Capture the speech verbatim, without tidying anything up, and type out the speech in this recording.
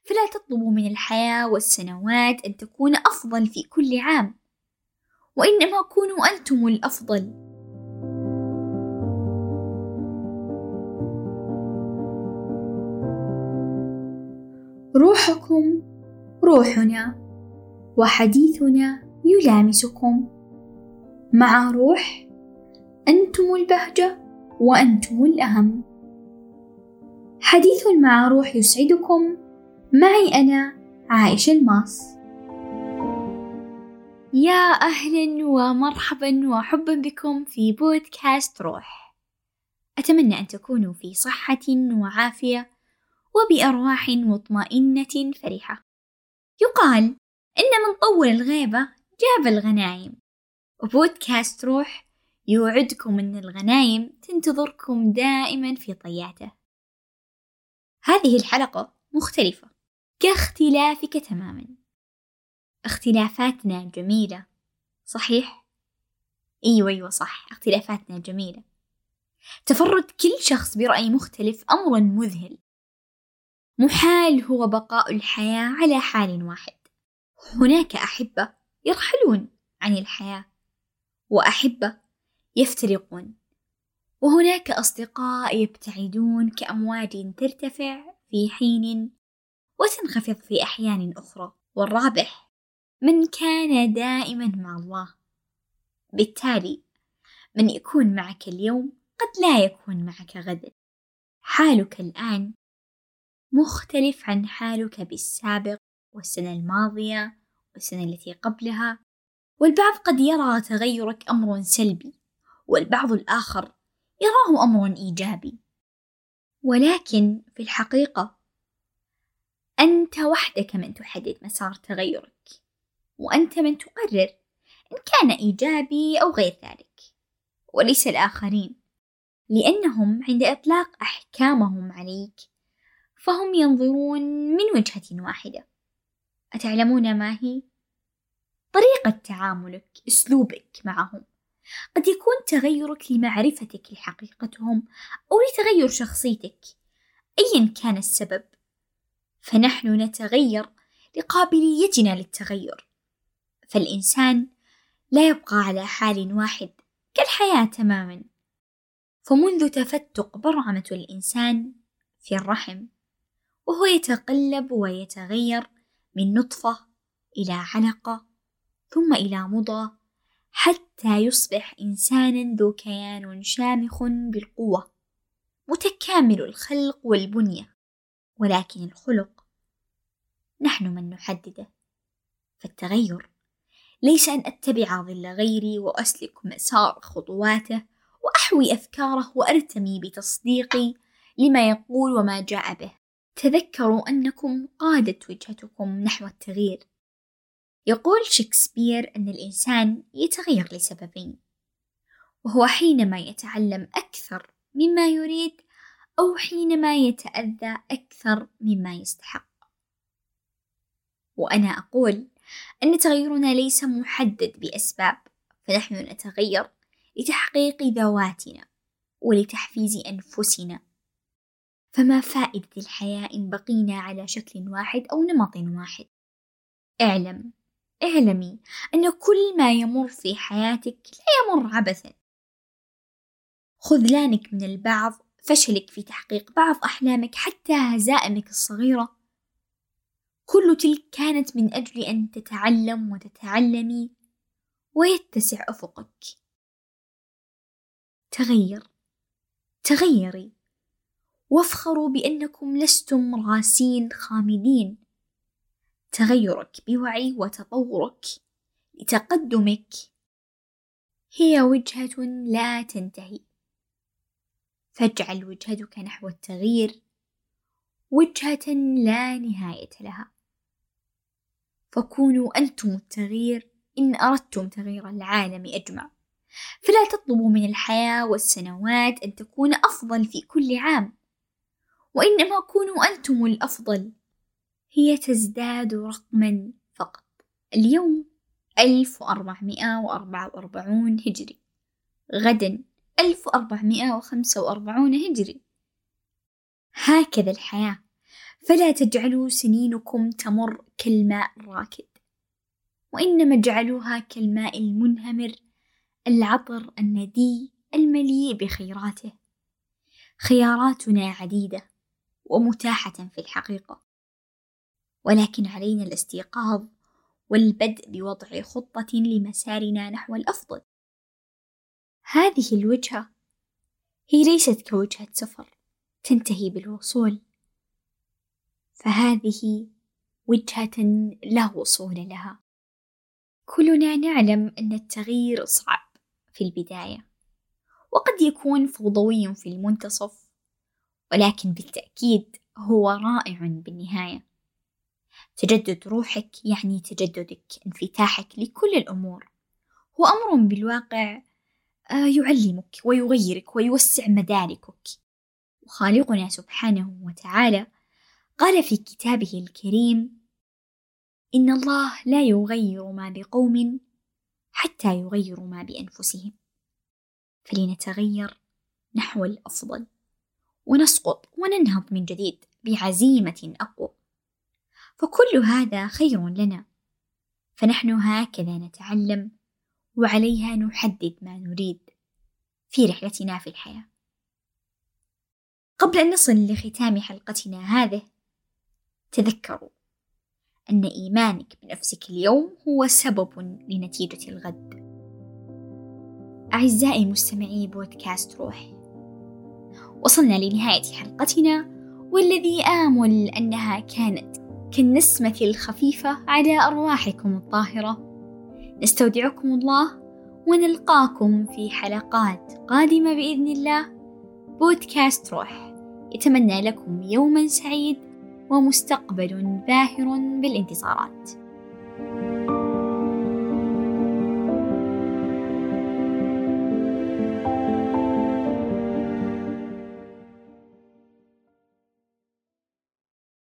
فلا تطلبوا من الحياة والسنوات أن تكون أفضل في كل عام، وإنما كونوا أنتم الأفضل. روحكم روحنا، وحديثنا يلامسكم. مع روح أنتم البهجة وأنتم الأهم. حديث مع روح يسعدكم، معي أنا عائشة الماس. يا أهلا ومرحبا وحبا بكم في بودكاست روح. أتمنى أن تكونوا في صحة وعافية وبأرواح مطمئنة فرحة. يقال إن من طول الغيبة جاب الغنايم، وبودكاست روح يوعدكم أن الغنايم تنتظركم دائما في طياته. هذه الحلقة مختلفة كاختلافك تماما. اختلافاتنا جميلة، صحيح؟ ايوه ايوه صح، اختلافاتنا جميلة. تفرد كل شخص برأي مختلف أمر مذهل. محال هو بقاء الحياة على حال واحد. هناك أحبة يرحلون عن الحياة، وأحبة يفترقون، وهناك أصدقاء يبتعدون كأمواج ترتفع في حين وتنخفض في أحيان أخرى. والرابح من كان دائما مع الله. بالتالي من يكون معك اليوم قد لا يكون معك غدا. حالك الآن مختلف عن حالك بالسابق والسنة الماضية والسنة التي قبلها. والبعض قد يرى تغيرك أمر سلبي، والبعض الآخر يراه أمر إيجابي. ولكن في الحقيقة أنت وحدك من تحدد مسار تغيرك، وأنت من تقرر إن كان إيجابي أو غير ذلك، وليس الآخرين، لأنهم عند إطلاق أحكامهم عليك فهم ينظرون من وجهة واحدة. أتعلمون ما هي؟ طريقة تعاملك، أسلوبك معهم. قد يكون تغيرك لمعرفتك لحقيقتهم أو لتغير شخصيتك، أيا كان السبب، فنحن نتغير لقابليتنا للتغير. فالإنسان لا يبقى على حال واحد كالحياة تماما. فمنذ تفتق برعمة الإنسان في الرحم وهو يتقلب ويتغير من نطفة إلى علقة ثم إلى مضغة، حتى يصبح إنسانا ذو كيان شامخ بالقوة متكامل الخلق والبنية. ولكن الخلق نحن من نحدده. فالتغير ليس أن أتبع ظل غيري وأسلك مسار خطواته وأحوي أفكاره وأرتمي بتصديقي لما يقول وما جاء به. تذكروا أنكم قادة وجهتكم نحو التغيير. يقول شكسبير أن الإنسان يتغير لسببين، وهو حينما يتعلم أكثر مما يريد، أو حينما يتأذى أكثر مما يستحق. وأنا أقول أن تغيرنا ليس محدد بأسباب، فنحن نتغير لتحقيق ذواتنا ولتحفيز أنفسنا. فما فائدة الحياة إن بقينا على شكل واحد أو نمط واحد؟ اعلم اعلمي أن كل ما يمر في حياتك لا يمر عبثا. خذلانك من البعض، فشلك في تحقيق بعض أحلامك، حتى هزائمك الصغيرة، كل تلك كانت من أجل أن تتعلم وتتعلمي ويتسع أفقك. تغير تغيري وافخروا بأنكم لستم راسين خامدين. تغيرك بوعي وتطورك لتقدمك هي وجهة لا تنتهي. فاجعل وجهتك نحو التغيير وجهة لا نهاية لها. فكونوا أنتم التغيير إن أردتم تغيير العالم أجمع. فلا تطلبوا من الحياة والسنوات أن تكون أفضل في كل عام، وإنما كونوا أنتم الأفضل. هي تزداد رقما فقط. اليوم ألف وأربعمائة وأربعة وأربعون هجري، غدا ألف وأربعمائة وخمسة وأربعون هجري. هكذا الحياة. فلا تجعلوا سنينكم تمر كالماء الراكد، وإنما اجعلوها كالماء المنهمر العطر الندي المليء بخيراته. خياراتنا عديدة ومتاحة في الحقيقة، ولكن علينا الاستيقاظ والبدء بوضع خطة لمسارنا نحو الأفضل. هذه الوجهة هي ليست كوجهة سفر تنتهي بالوصول، فهذه وجهة لا وصول لها. كلنا نعلم أن التغيير صعب في البداية، وقد يكون فوضوي في المنتصف، ولكن بالتأكيد هو رائع بالنهاية. تجدد روحك يعني تجددك، انفتاحك لكل الأمور، هو أمر بالواقع يعلمك ويغيرك ويوسع مداركك. وخالقنا سبحانه وتعالى قال في كتابه الكريم: إن الله لا يغير ما بقوم حتى يغيروا ما بأنفسهم. فلنتغير نحو الأفضل، ونسقط وننهض من جديد بعزيمة أقوى، فكل هذا خير لنا، فنحن هكذا نتعلم، وعليها نحدد ما نريد في رحلتنا في الحياة. قبل أن نصل لختام حلقتنا هذه، تذكروا أن إيمانك بنفسك اليوم هو سبب لنتيجة الغد. أعزائي مستمعي بودكاست روح، وصلنا لنهاية حلقتنا، والذي آمل أنها كانت كالنسمة الخفيفة على أرواحكم الطاهرة. نستودعكم الله، ونلقاكم في حلقات قادمة بإذن الله. بودكاست روح يتمنى لكم يوما سعيد ومستقبل باهر بالانتصارات.